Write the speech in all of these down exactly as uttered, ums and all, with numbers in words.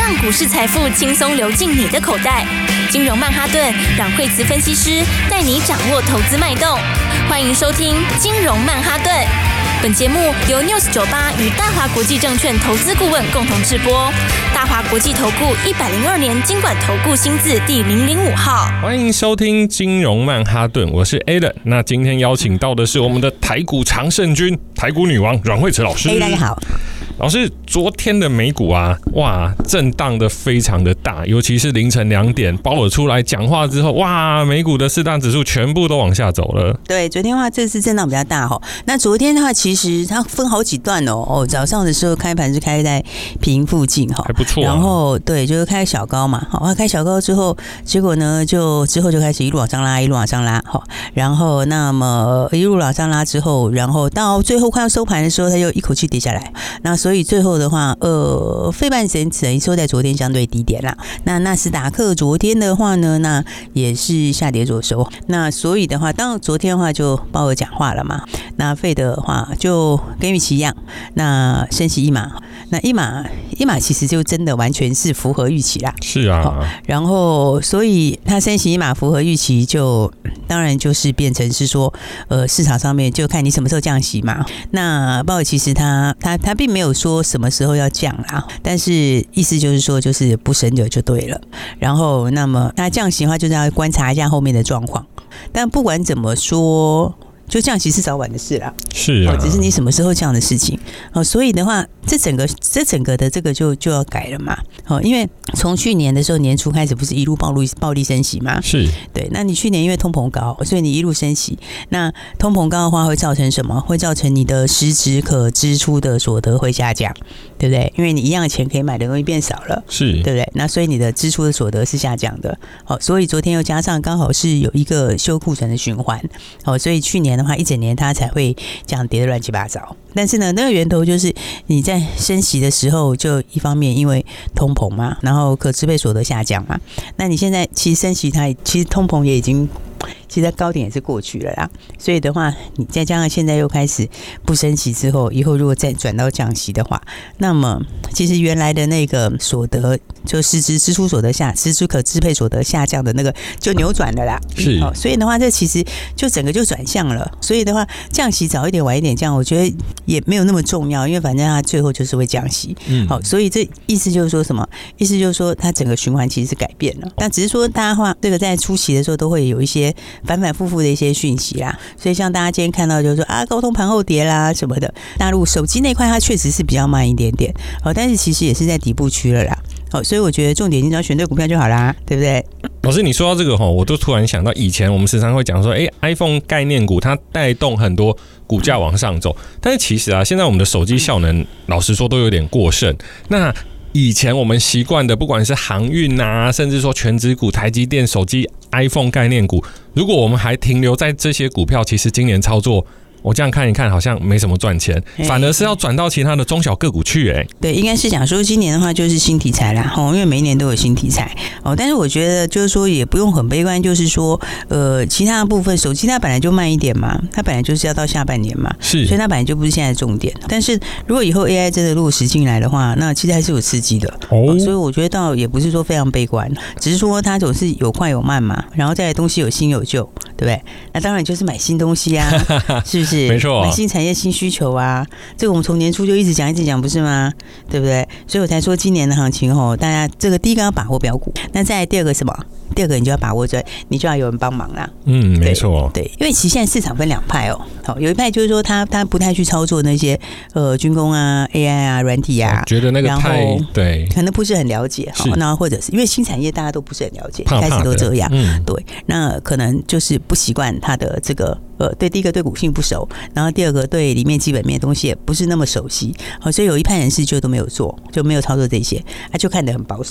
让股市财富轻松流进你的口袋。金融曼哈顿让惠慈分析师带你掌握投资脉动。欢迎收听金融曼哈顿。本节目由 News 九十八与大华国际证券投资顾问共同制播。大华国际投顾一百零二年金管投顾新字第零零五号。 欢迎收听金融曼哈顿，我是 Alan。那今天邀请到的是我们的台股常胜军、台股女王阮惠慈老师。 哎，大家好。 老师，昨天的美股啊，哇，震荡的非常的大，尤其是凌晨两点，鲍尔出来讲话之后，哇，美股的四大指数全部都往下走了。 对，昨天的话，这次震荡比较大哈。那昨天的话，其实它分好几段哦。哦，早上的时候开盘是开在平附近哈， 还不错、啊。 然后对，就是开小高嘛，好，开小高之后，结果呢，就之后就开始一路往上拉，一路往上拉，好，然后那么一路往上拉之后，然后到最后快要收盘的时候，它就一口气跌下来。那所以最后的话，呃，费半整整收在昨天相对低点啦。那纳斯达克昨天的话呢，那也是下跌左收。那所以的话，当然昨天的话就鲍尔讲话了嘛。那费的话就跟预期一样，那升息一码，那一码一码其实就真的完全是符合预期啦。 是啊， 然后所以它升息一码符合预期，就当然就是变成是说，呃，市场上面就看你什么时候降息嘛。那鲍尔其实他他他并没有说什么时候要降啦，但是意思就是说，就是不升的就对了。然后那么他降息的话，就是要观察一下后面的状况。但不管怎么说，就降息是早晚的事啦， 是啊， 只是你什么时候降的事情哦。所以的话，这整个这整个的这个就就要改了嘛。哦，因为从去年的时候年初开始，不是一路暴力暴力升息吗？ 是， 对。那你去年因为通膨高，所以你一路升息。那通膨高的话，会造成什么？会造成你的实质可支出的所得会下降，对不对？因为你一样的钱可以买的东西变少了， 是， 对不对？那所以你的支出的所得是下降的。好，所以昨天又加上刚好是有一个修库存的循环，好，所以去年的话一整年它才会这样跌得乱七八糟。但是呢，那个源头就是你在升息的时候，就一方面因为通膨嘛，然后可支配所得下降嘛。那你现在其实升息它，其实通膨也已经。其实高点也是过去了啦，所以的话，你再加上现在又开始不升息之后，以后如果再转到降息的话，那么其实原来的那个所得，就实质支出所得下，实质可支配所得下降的那个就扭转了啦。 是， 哦，所以的话，这其实就整个就转向了。所以的话，降息早一点晚一点降，我觉得也没有那么重要，因为反正它最后就是会降息。嗯，好，所以这意思就是说什么？意思就是说，它整个循环其实是改变了。但只是说，大家话这个在初期的时候都会有一些反反复复的一些讯息啦，所以像大家今天看到就是说啊，高通盘后跌啦什么的，大陆手机那块它确实是比较慢一点点，哦，但是其实也是在底部区了啦，哦，所以我觉得重点你只要选对股票就好啦，对不对？ 老师，你说到这个哈，我都突然想到以前我们时常会讲说，哎 ，iPhone 概念股它带动很多股价往上走，但是其实啊，现在我们的手机效能，老实说都有点过剩。那以前我们习惯的，不管是航运啊，甚至说全指股、台积电、手机、iPhone 概念股，如果我们还停留在这些股票，其实今年操作，我这样看一看，好像没什么赚钱，反而是要转到其他的中小个股去、欸。哎， 对，应该是讲说今年的话就是新题材啦，因为每一年都有新题材哦。但是我觉得就是说也不用很悲观，就是说呃，其他的部分手机它本来就慢一点嘛，它本来就是要到下半年嘛， 是， 所以它本来就不是现在的重点。但是如果以后 A I 真的落实进来的话，那其实还是有刺激的哦。哦所以我觉得倒也不是说非常悲观，只是说它总是有快有慢嘛，然后再来东西有新有旧，对不对？那当然就是买新东西啊，是不是？ 没错、啊， 买新产业新需求啊，这个我们从年初就一直讲一直讲，不是吗？对不对？所以我才说今年的行情吼，大家这个第一个要把握标股，那再来第二个什么？第二个你就要把握着，你就要有人帮忙啦。 嗯，没错， 对，因为其实现在市场分两派哦，好，有一派就是说他他不太去操作那些呃军工啊、A I 啊、软体啊， 觉得那个太对， 可能不是很了解，好，那或者是因为新产业大家都不是很了解， 怕怕开始都这样， 嗯， 对，那可能就是不习惯他的这个。呃，对，第一个对股性不熟，然后第二个对里面基本面的东西也不是那么熟悉，好，所以有一派人士就都没有做，就没有操作这些，他就看得很保守。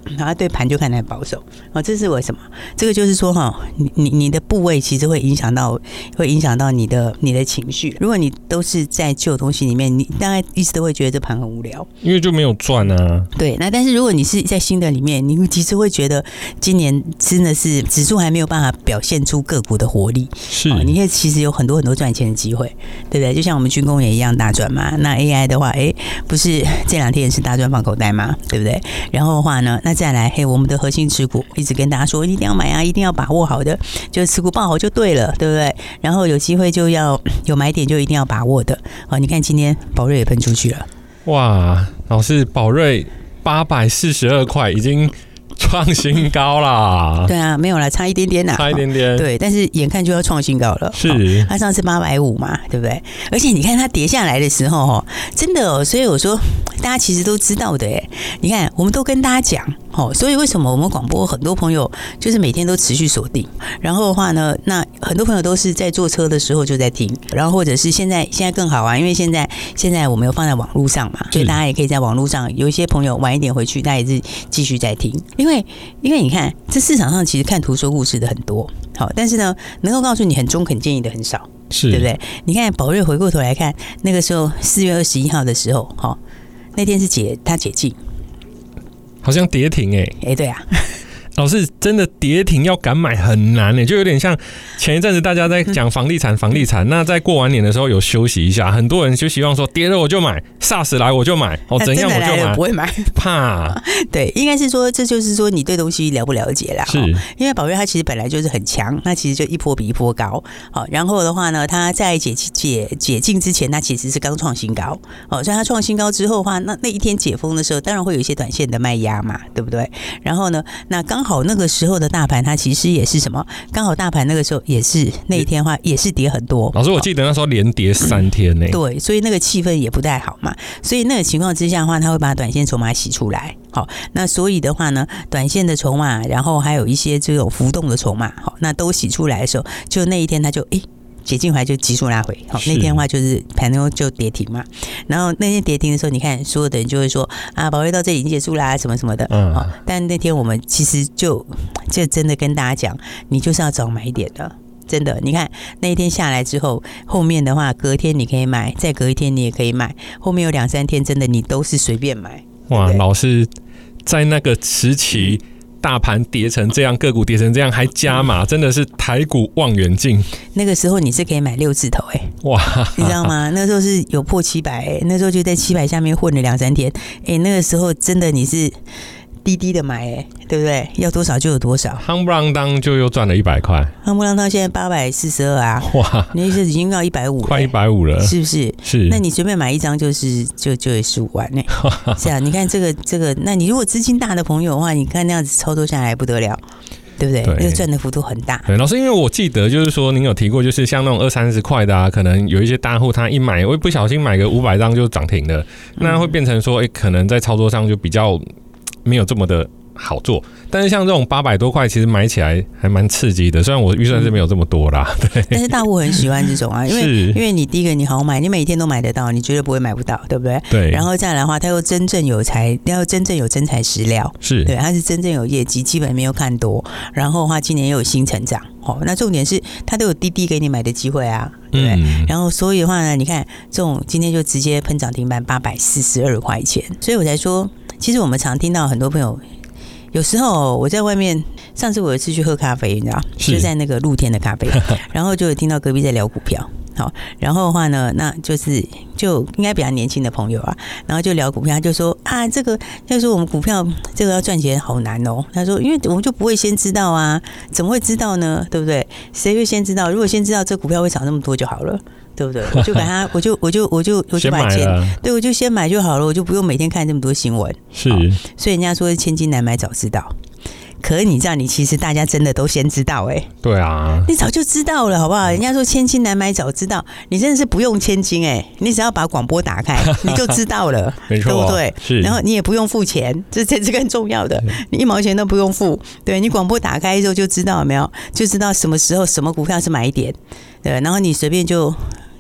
然后对盘就看得很保守。哦，这是为什么？这个就是说哈，你你你的部位其实会影响到，会影响到你的你的情绪。如果你都是在旧东西里面，你大概一直都会觉得这盘很无聊， 因为就没有赚啊。 对，那但是如果你是在新的里面，你其实会觉得今年真的是指数还没有办法表现出个股的活力， 是， 哦、你看其实有很多很多赚钱的机会，对不对？就像我们军工也一样大赚嘛。那 A I 的话，哎，不是这两天也是大赚放口袋嘛，对不对？然后的话呢，那再来，嘿，我们的核心持股一直跟大家说一定要买啊，一定要把握好的，就是持股抱好就对了，对不对？然后有机会就要有买点就一定要把握的。哦，你看今天宝瑞也喷出去了， 哇，老师，宝瑞八百四十二块已经创新高啦！ 对啊，没有啦，差一点点啦， 差一点点。 对，但是眼看就要创新高了。 是， 它上次八百五嘛，对不对？而且你看它跌下来的时候，哦，真的哦，所以我说大家其实都知道的，哎，你看我们都跟大家讲，哦，所以为什么我们广播很多朋友就是每天都持续锁定，然后的话呢，那很多朋友都是在坐车的时候就在听，然后或者是现在现在更好啊，因为现在现在我们有放在网络上嘛，所以大家也可以在网络上，有一些朋友晚一点回去，他也是继续在听，因为。因为因为你看，这市场上其实看图说故事的很多，好，但是呢，能够告诉你很中肯建议的很少， 是， 对不对？你看宝瑞回过头来看，那个时候四月二十一号的时候，好，那天是解他解禁， 好像跌停哎、欸， 哎、欸，对啊。 老师，真的跌停要敢买很难呢、欸，就有点像前一阵子大家在讲房地产，房地产。那在过完年的时候有休息一下，很多人就希望说跌了我就买 ，SARS 来我就买，哦怎样我就买， 不会买， 怕。 对，应该是说这就是说你对东西了不了解啦。 是， 因为宝瑞它其实本来就是很强，那其实就一波比一波高。好，然后的话呢，它在解解解禁之前，它其实是刚创新高。哦，所以它创新高之后的话，那那一天解封的时候，当然会有一些短线的卖压嘛，对不对？然后呢，那刚好那个时候的大盘，它其实也是什么？刚好大盘那个时候也是那一天的话，也是跌很多。 老师，我记得那时候连跌三天呢、欸。 对，所以那个气氛也不太好嘛。所以那个情况之下的话，它会把短线筹码洗出来。好，那所以的话呢，短线的筹码，然后还有一些这种浮动的筹码，好，那都洗出来的时候，就那一天它就诶。解禁回来就急速拉回，好，那天的话就是盘中就跌停嘛，然后那天跌停的时候，你看所有的人就会说啊，宝瑞到这里已经结束啦，什么什么的，嗯，好，但那天我们其实就就真的跟大家讲，你就是要找买点的，真的，你看那一天下来之后，后面的话隔天你可以买，再隔一天你也可以买，后面有两三天真的你都是随便买。 哇，老师在那个时期。大盘跌成这样，个股跌成这样，还加码，真的是台股望远镜。 那个时候你是可以买六字头哎、欸，哇，你知道吗？那时候是有破七百哎，那时候就在七百下面混了两三天，哎、欸，那个时候真的你是低低的买哎、欸，对不对？要多少就有多少， 夯不啷当就又赚了一百块， 夯不啷当现在八百四十二啊，哇，你意思已经到一百五， 快一百五了， 是不是？ 是，那你随便买一张就是就就十五万呢、欸，是啊，你看这个这个，那你如果资金大的朋友的话，你看那样子操作下来不得了。对不对？那个赚的幅度很大。 对，老师，因为我记得就是说，您有提过，就是像那种二三十块的啊，可能有一些大户他一买，会不小心买个五百张就涨停了，那会变成说，哎、欸，可能在操作上就比较没有这么的好做。但是像这种八百多块，其实买起来还蛮刺激的。虽然我预算是没有这么多啦，对。 但是大户很喜欢这种啊，因为因为你第一个你好买，你每天都买得到，你绝对不会买不到，对不对？ 对。 然后再来的话，它又真正有材，要真正有真材实料， 是对，它是真正有业绩，基本没有看多。然后的话，今年又有新成长，哦，那重点是它都有滴滴给你买的机会啊，对不对？嗯、然后所以的话呢，你看这种今天就直接喷涨停板八百四十二块钱，所以我才说，其实我们常听到很多朋友。有时候我在外面，上次我有一次去喝咖啡，你知道，就在那个露天的咖啡，然后就有听到隔壁在聊股票，好，然后的话呢，那就是就应该比较年轻的朋友啊，然后就聊股票，他就说啊，这个就说我们股票这个要赚钱好难哦。他说，因为我们就不会先知道啊，怎么会知道呢？对不对？谁会先知道？如果先知道这股票会涨那么多就好了。对不对？我就把它，我就我就我就我就把钱，对，我就先买就好了，我就不用每天看这么多新闻。 是， 所以人家说千金难买早知道。可是你知道，你其实大家真的都先知道哎、欸， 对啊， 你早就知道了，好不好？人家说千金难买早知道，你真的是不用千金哎、欸，你只要把广播打开，你就知道了， 没错， 对不对？ 是， 然后你也不用付钱，这这是更重要的，你一毛钱都不用付，对你广播打开之后就知道有没有，就知道什么时候什么股票是买点，对，然后你随便就。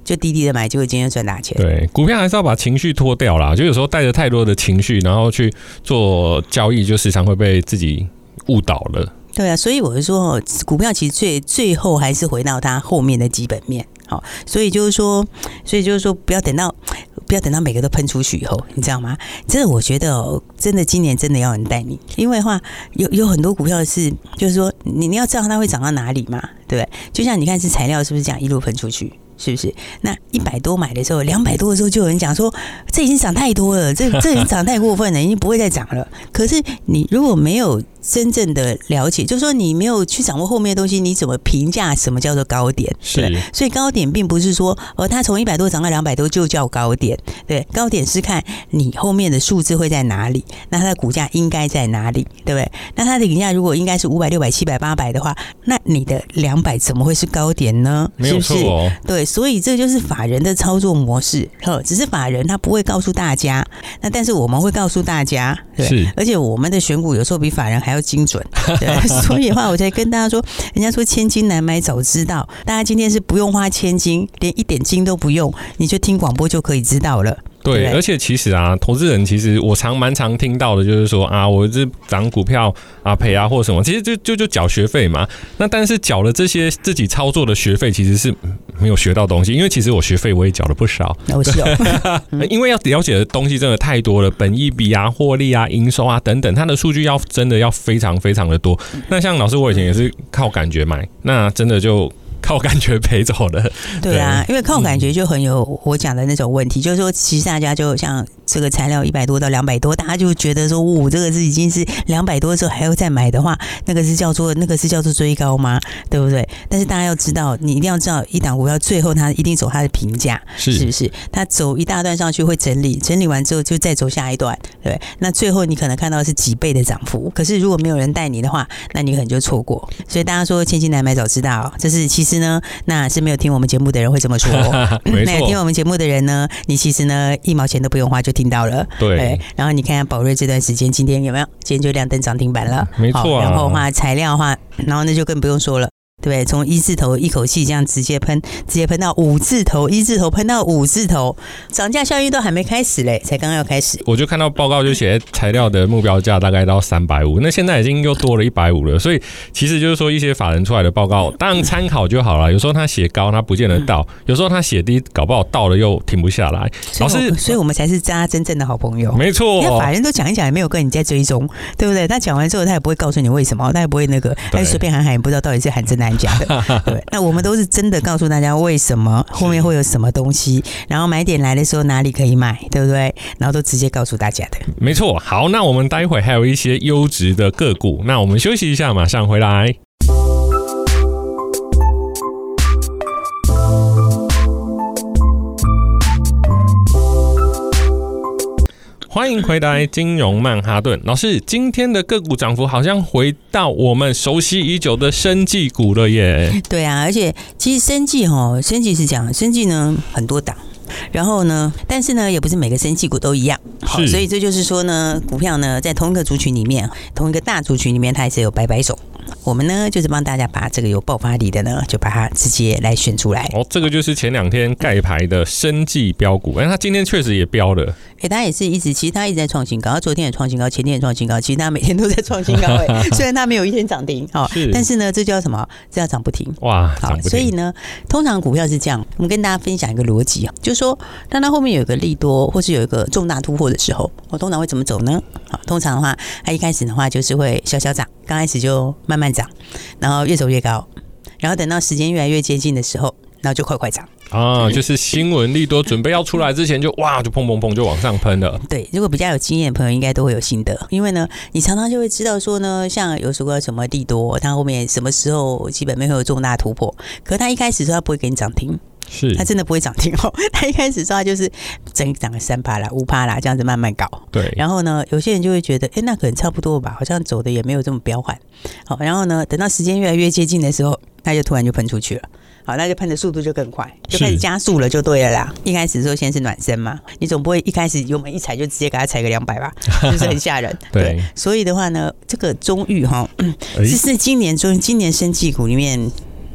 就低低的买，结果今天赚大钱。 对，股票还是要把情绪脱掉啦，就有时候带着太多的情绪，然后去做交易，就时常会被自己误导了。 对啊，所以我是说，股票其实最最后还是回到它后面的基本面。好，所以就是说，所以就是说，不要等到不要等到每个都喷出去以后，你知道吗？真的，我觉得、哦、真的今年真的要人带你，因为的话有有很多股票是，就是说你你要知道它会涨到哪里嘛，对不对？就像你看是材料是不是这样一路喷出去？是不是？那一百多买的时候，两百多的时候，就有人讲说，这已经涨太多了，这这已经涨太过分了，已经不会再涨了。可是你如果没有真正的了解，就是说你没有去掌握后面的东西，你怎么评价什么叫做高点？ 是， 所以高点并不是说，呃，它从一百多涨到两百多就叫高点。对，高点是看你后面的数字会在哪里，那它的股价应该在哪里，对不对？那它的股价如果应该是五百、六百、七百、八百的话，那你的两百怎么会是高点呢？ 没有错哦， 是不是？对。所以这就是法人的操作模式，只是法人他不会告诉大家，那但是我们会告诉大家，对， 是， 而且我们的选股有时候比法人还要精准，对，所以的话我才跟大家说，人家说千金难买早知道，大家今天是不用花千金，连一点金都不用，你就听广播就可以知道了。 对，而且其实啊，投资人其实我常蛮常听到的，就是说啊，我这涨股票啊赔啊或什么，其实就就就缴学费嘛。那但是缴了这些自己操作的学费，其实是没有学到东西，因为其实我学费我也缴了不少。 我是哦， 因为要了解的东西真的太多了，本益比啊、获利啊、营收啊等等，它的数据要真的要非常非常的多。那像老师我以前也是靠感觉买，那真的就靠感觉赔走了。 对啊，因为靠感觉就很有我讲的那种问题，嗯、就是说，其实大家就像这个材料一百多到两百多，大家就觉得说，哦，这个是已经是两百多的时候还要再买的话，那个是叫做那个是叫做追高吗？对不对？但是大家要知道，你一定要知道，一档股票最后它一定走它的评价，是, 是不是？它走一大段上去会整理，整理完之后就再走下一段，对。那最后你可能看到的是几倍的涨幅，可是如果没有人带你的话，那你可能就错过。所以大家说千金难买早知道，这是其实呢，那是没有听我们节目的人会这么说。 没错， 那听我们节目的人呢，你其实呢一毛钱都不用花就听到了。 对， 对，然后你看看宝瑞这段时间，今天有没有？今天就亮灯涨停板了。 没错、啊。 然后的话材料的话，然后那就更不用说了。对，从一字头一口气这样直接喷，直接喷到五字头，一字头喷到五字头，涨价效应都还没开始嘞，才刚刚要开始。 我就看到报告就写材料的目标价大概到三百五，那现在已经又多了一百五了，所以其实就是说一些法人出来的报告，当然参考就好了。有时候他写高，他不见得到；有时候他写低，搞不好到了又停不下来。 老师，所以我们才是大家真正的好朋友。 没错， 因为法人都讲一讲，也没有跟你在追踪，对不对？他讲完之后，他也不会告诉你为什么，他也不会那个，他就随便喊喊，也不知道到底是喊真的喊假的。对，那我们都是真的告诉大家为什么后面会有什么东西，然后买点来的时候哪里可以买，对不对？然后都直接告诉大家的。 没错，好，那我们待会还有一些优质的个股，那我们休息一下，马上回来。欢迎回来金融曼哈顿。老师，今天的个股涨幅好像回到我们熟悉已久的生技股了耶。 对啊，而且其实生技齁，生技是这样，生技呢很多档，然后呢，但是呢，也不是每个生技股都一样，好，所以这就是说呢，股票呢在同一个族群里面，同一个大族群里面，它还是有百百种。我们呢就是帮大家把这个有爆发力的呢，就把它直接来选出来。 哦，这个就是前两天盖牌的生技标股，哎，它今天确实也标了。 哎、欸，它也是一直，其实它一直在创新高，它昨天也创新高，前天也创新高，其实它每天都在创新高、欸。哎，虽然它没有一天涨停，哦，但是呢，这叫什么？这叫涨不停。 哇，涨不停。 所以呢，通常股票是这样，我们跟大家分享一个逻辑，就是说，当它后面有一个利多，或是有一个重大突破的时候，我通常会怎么走呢？好，通常的话，它一开始的话就是会小小涨，刚开始就慢慢涨，然后越走越高，然后等到时间越来越接近的时候，然后就快快涨。 啊，就是新闻利多准备要出来之前就，就哇，就砰砰砰就往上喷了。 对，如果比较有经验的朋友，应该都会有心得，因为呢，你常常就会知道说呢，像有时候什么利多，它后面什么时候基本面会有重大突破，可是它一开始说它不会给你涨停。 是， 它真的不会涨停哦。它一开始说它就是整涨个三趴啦、五趴啦，这样子慢慢搞。 对。 然后呢，有些人就会觉得，哎、欸，那可能差不多吧，好像走的也没有这么彪悍。好，然后呢，等到时间越来越接近的时候，它就突然就喷出去了。好，那就喷的速度就更快，就开始加速了，就对了啦。一开始的时候先是暖身嘛，你总不会一开始油门一踩就直接给它踩个两百吧，就是很吓人。 对, 对，所以的话呢，这个中裕哈，这是今年中今年生技股里面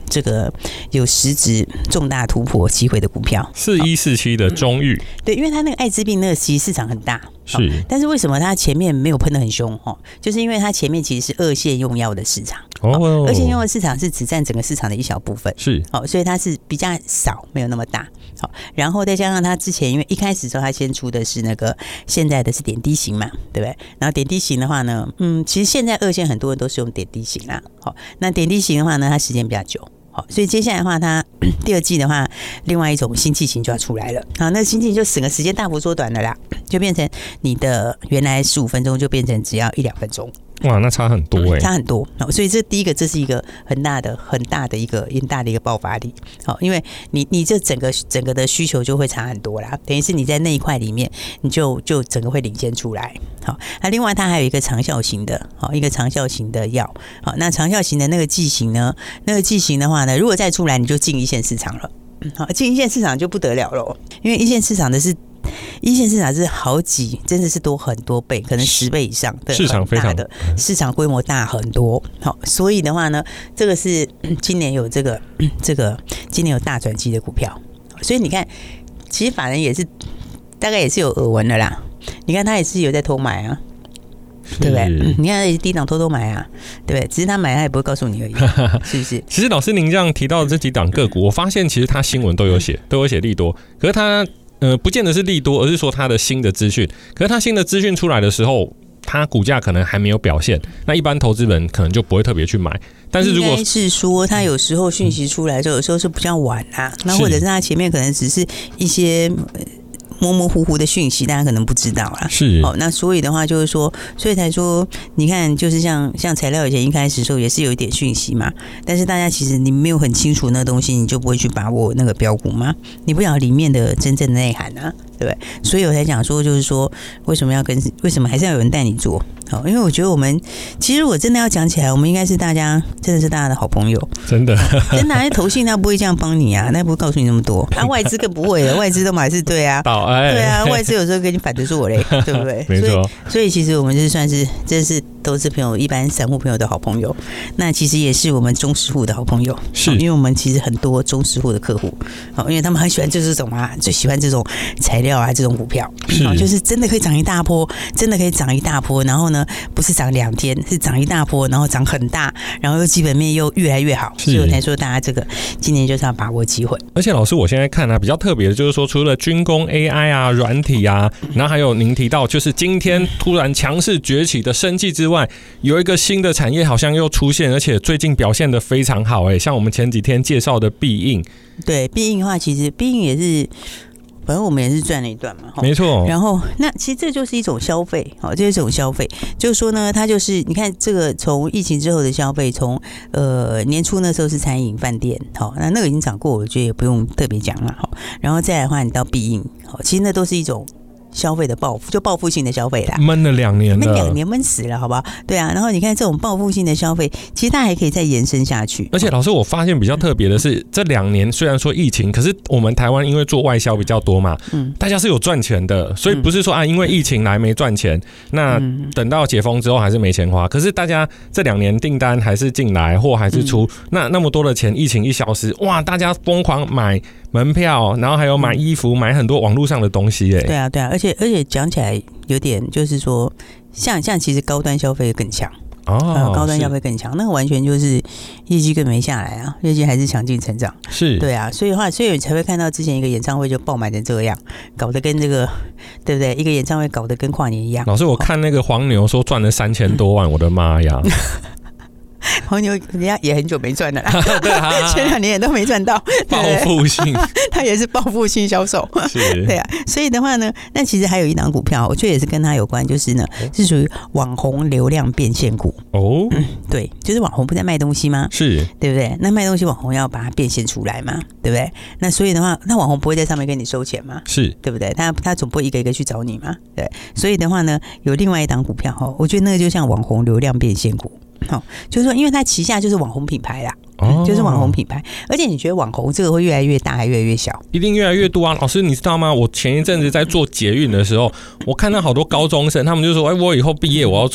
这个有实质重大突破机会的股票。 四一四七的中裕， 对，因为它那个艾滋病那个其实市场很大。 是， 但是为什么它前面没有喷得很凶？哦，就是因为它前面其实是二线用药的市场。哦，二线用药市场是只占整个市场的一小部分。是，哦，所以它是比较少，没有那么大。好，然后再加上它之前，因为一开始的时候它先出的是那个现在的是点滴型嘛，对不对？然后点滴型的话呢，嗯，其实现在二线很多人都是用点滴型啦。好，那点滴型的话呢，它时间比较久。好，所以接下来的话，它第二季的话，另外一种新剂型就要出来了。好，那新剂型就整个时间大幅缩短了啦，就变成你的原来十五分钟就变成只要一两分钟。 哇，那差很多哎、欸， 差很多。好，所以这第一个，这是一个很大的、很大的一个很大的一个爆发力。好，因为你你这整个整个的需求就会差很多啦，等于是你在那一块里面，你就就整个会领先出来。好，那另外它还有一个长效型的，好，一个长效型的药。好，那长效型的那个剂型呢，那个剂型的话呢，如果再出来，你就进一线市场了。好，进一线市场就不得了了，因为一线市场的是。一线市场是好几，真的是多很多倍，可能十倍以上的市场非常的市场规模大很多。好，所以的话呢，这个是今年有这个这个今年有大转机的股票，所以你看，其实法人也是大概也是有耳闻的啦。你看他也是有在偷买啊。对不对？嗯、你看低档偷偷买啊，对不对？只是他买他也不会告诉你而已，是不是？ 其实老师您这样提到的这几档个股，我发现其实他新闻都有写，都有写利多，可是他。呃，不见得是利多，而是说它的新的资讯。可是它新的资讯出来的时候，它股价可能还没有表现，那一般投资人可能就不会特别去买。但是如果应该是说，它有时候讯息出来，就有时候是比较晚啊，那或者是它前面可能只是一些。模模糊糊的讯息，大家可能不知道啦。 是哦，那所以的话就是说，所以才说，你看，就是像像材料以前一开始的时候也是有一点讯息嘛，但是大家其实你没有很清楚那个东西，你就不会去把握那个标股嘛，你不晓得里面的真正的内涵啊，对不对？所以我才讲说，就是说，为什么要跟，为什么还是要有人带你做？好，因为我觉得我们其实我真的要讲起来，我们应该是大家真的是大家的好朋友， 真的， 真的，那投信他不会这样帮你啊，那不会告诉你那么多，啊，外资更不会了，外资都买是对啊。对啊，外资有时候跟你反着说嘞，对不对？ 没错。 所以，所以其实我们就算是真是投资朋友、一般散户朋友的好朋友，那其实也是我们中实户的好朋友。 是， 因为我们其实很多中实户的客户，因为他们很喜欢就这种啊，最喜欢这种材料啊，这种股票， 是， 就是真的可以涨一大波，真的可以涨一大波。然后呢，不是涨两天，是涨一大波，然后涨很大，然后又基本面又越来越好。所以我才说大家这个今年就是要把握机会。 而且老师，我现在看啊，比较特别的就是说，除了军工 A I 啊。软体啊，然后还有您提到，就是今天突然强势崛起的生技之外，有一个新的产业好像又出现，而且最近表现得非常好哎、欸，像我们前几天介绍的必应， 对必应的话，其实必应也是。反正我们也是赚了一段嘛， 没错。 然后，那其实这就是一种消费，好，这是一种消费，就是说呢，它就是你看这个从疫情之后的消费，从呃年初那时候是餐饮饭店，好，那那个已经涨过，我觉得也不用特别讲了，好，然后再来的话，你到必应，好，其实那都是一种。消费的报复，就报复性的消费啦， 闷了两年了， 闷两年闷死了，好不好？对啊，然后你看这种报复性的消费，其实它还可以再延伸下去。 而且老师，我发现比较特别的是，这两年虽然说疫情，可是我们台湾因为做外销比较多嘛，嗯，大家是有赚钱的，所以不是说啊，因为疫情来没赚钱，那等到解封之后还是没钱花。可是大家这两年订单还是进来，货还是出，嗯、那那么多的钱，疫情一消失，哇，大家疯狂买门票，然后还有买衣服，买很多网络上的东西、欸，哎， 对啊，对啊，而且而且讲起来有点就是说，像像其实高端消费更强。哦、呃，高端消费更强，那个完全就是业绩更没下来啊，业绩还是强劲成长， 是对啊，所以的话，所以才会看到之前一个演唱会就爆满成这样，搞得跟这个对不对？一个演唱会搞得跟跨年一样。 老师，我看那个黄牛说赚了三千多万，我的妈呀！ 黄牛人家也很久没赚了啦， 对啊， 前两年也都没赚到， 报复性， 他也是报复性销售， 是， 对啊，所以的话呢，那其实还有一档股票，我觉得也是跟它有关，就是呢，是属于网红流量变现股哦、嗯，对，就是网红不在卖东西吗？ 是， 对不对？那卖东西网红要把它变现出来嘛，对不对？那所以的话，那网红不会在上面跟你收钱嘛， 是对不对？他他总不会一个一个去找你嘛，对，所以的话呢，有另外一档股票哈，我觉得那个就像网红流量变现股。好，就是说，因为它旗下就是网红品牌啦，哦、就是网红品牌，而且你觉得网红这个会越来越大，还越来越小？ 一定越来越多啊！老师，你知道吗？我前一阵子在做捷运的时候，我看到好多高中生，他们就说：“哎，我以后毕业我要做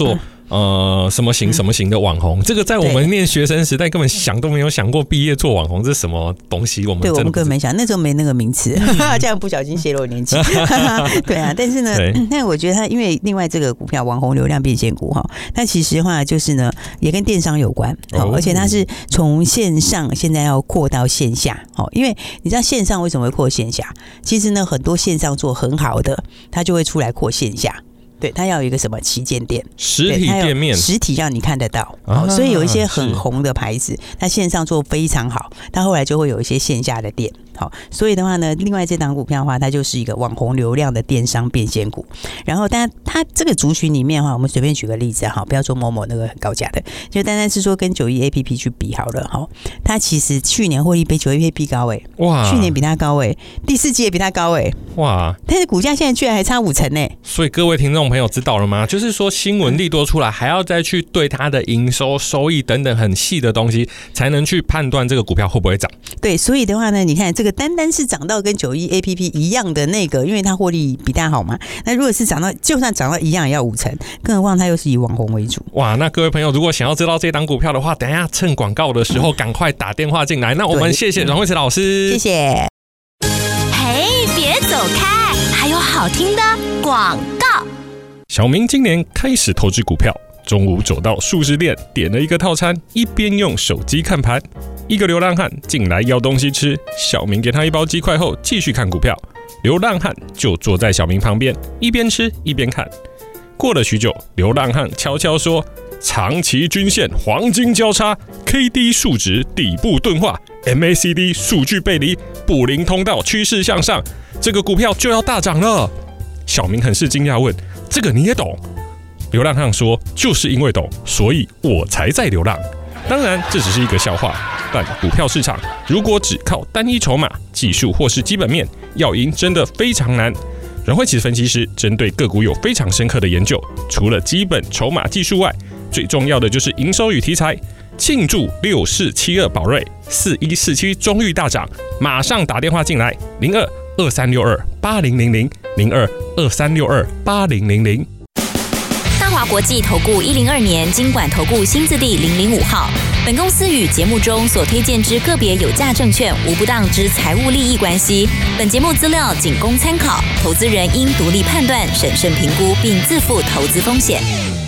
呃什么型什么型的网红，嗯、这个在我们念学生时代根本想都没有想过，毕业做网红这是什么东西？我们对我们根本没想，那时候没那个名词，这样不小心泄露年纪。对啊，但是呢，那我觉得它因为另外这个股票网红流量变现股哈，它其实的话就是呢也跟电商有关，哦、而且它是从线上现在要扩到线下，哦，因为你知道线上为什么会扩线下？其实呢，很多线上做很好的，它就会出来扩线下。对，它要有一个什么旗舰店， 实体店面， 实体让你看得到、啊哦，所以有一些很红的牌子，它线上做非常好，它后来就会有一些线下的店。好，所以的话呢，另外这档股票的话，它就是一个网红流量的电商变现股。然后，但它这个族群里面的话，我们随便举个例子哈，不要说某某那个很高价的，就单单是说跟九一 A P P 去比好了哈。它其实去年获利比九一 A P P 高诶、欸，哇，去年比它高诶、欸，第四季也比它高诶、欸，哇，但是股价现在居然还差五成呢、欸。 所以各位听众朋友知道了吗？就是说新闻利多出来，还要再去对它的营收、收益等等很细的东西，才能去判断这个股票会不会涨。 对，所以的话呢，你看这个单单是涨到跟九一 A P P 一样的那个，因为它获利比它好嘛。那如果是涨到，就算涨到一样也要五成，更何况它又是以网红为主。 哇，那各位朋友如果想要知道这档股票的话，等一下趁广告的时候赶快打电话进来。那我们谢谢阮惠慈老师， 谢谢。 嘿，别走开，还有好听的广告。 小明今年开始投资股票，中午走到素食店，点了一个套餐，一边用手机看盘。一个流浪汉进来要东西吃，小明给他一包鸡块后，继续看股票。流浪汉就坐在小明旁边，一边吃一边看。过了许久，流浪汉悄悄说：“长期均线黄金交叉 ，K D 数值底部钝化 ，M A C D 数据背离，布林通道趋势向上，这个股票就要大涨了。”小明很是惊讶问：“这个你也懂？”流浪汉说：“就是因为懂，所以我才在流浪。”当然，这只是一个笑话。但股票市场如果只靠单一筹码、技术或是基本面，要赢真的非常难。阮惠慈分析师针对个股有非常深刻的研究，除了基本筹码技术外，最重要的就是营收与题材。庆祝六四七二宝瑞、四一四七中裕大涨，马上打电话进来，零二二三六二八零零零零二二三六二八零零零。 大华国际投顾一零二年金管投顾新字第零零五号。本公司与节目中所推荐之个别有价证券无不当之财务利益关系。本节目资料仅供参考，投资人应独立判断、审慎评估，并自负投资风险。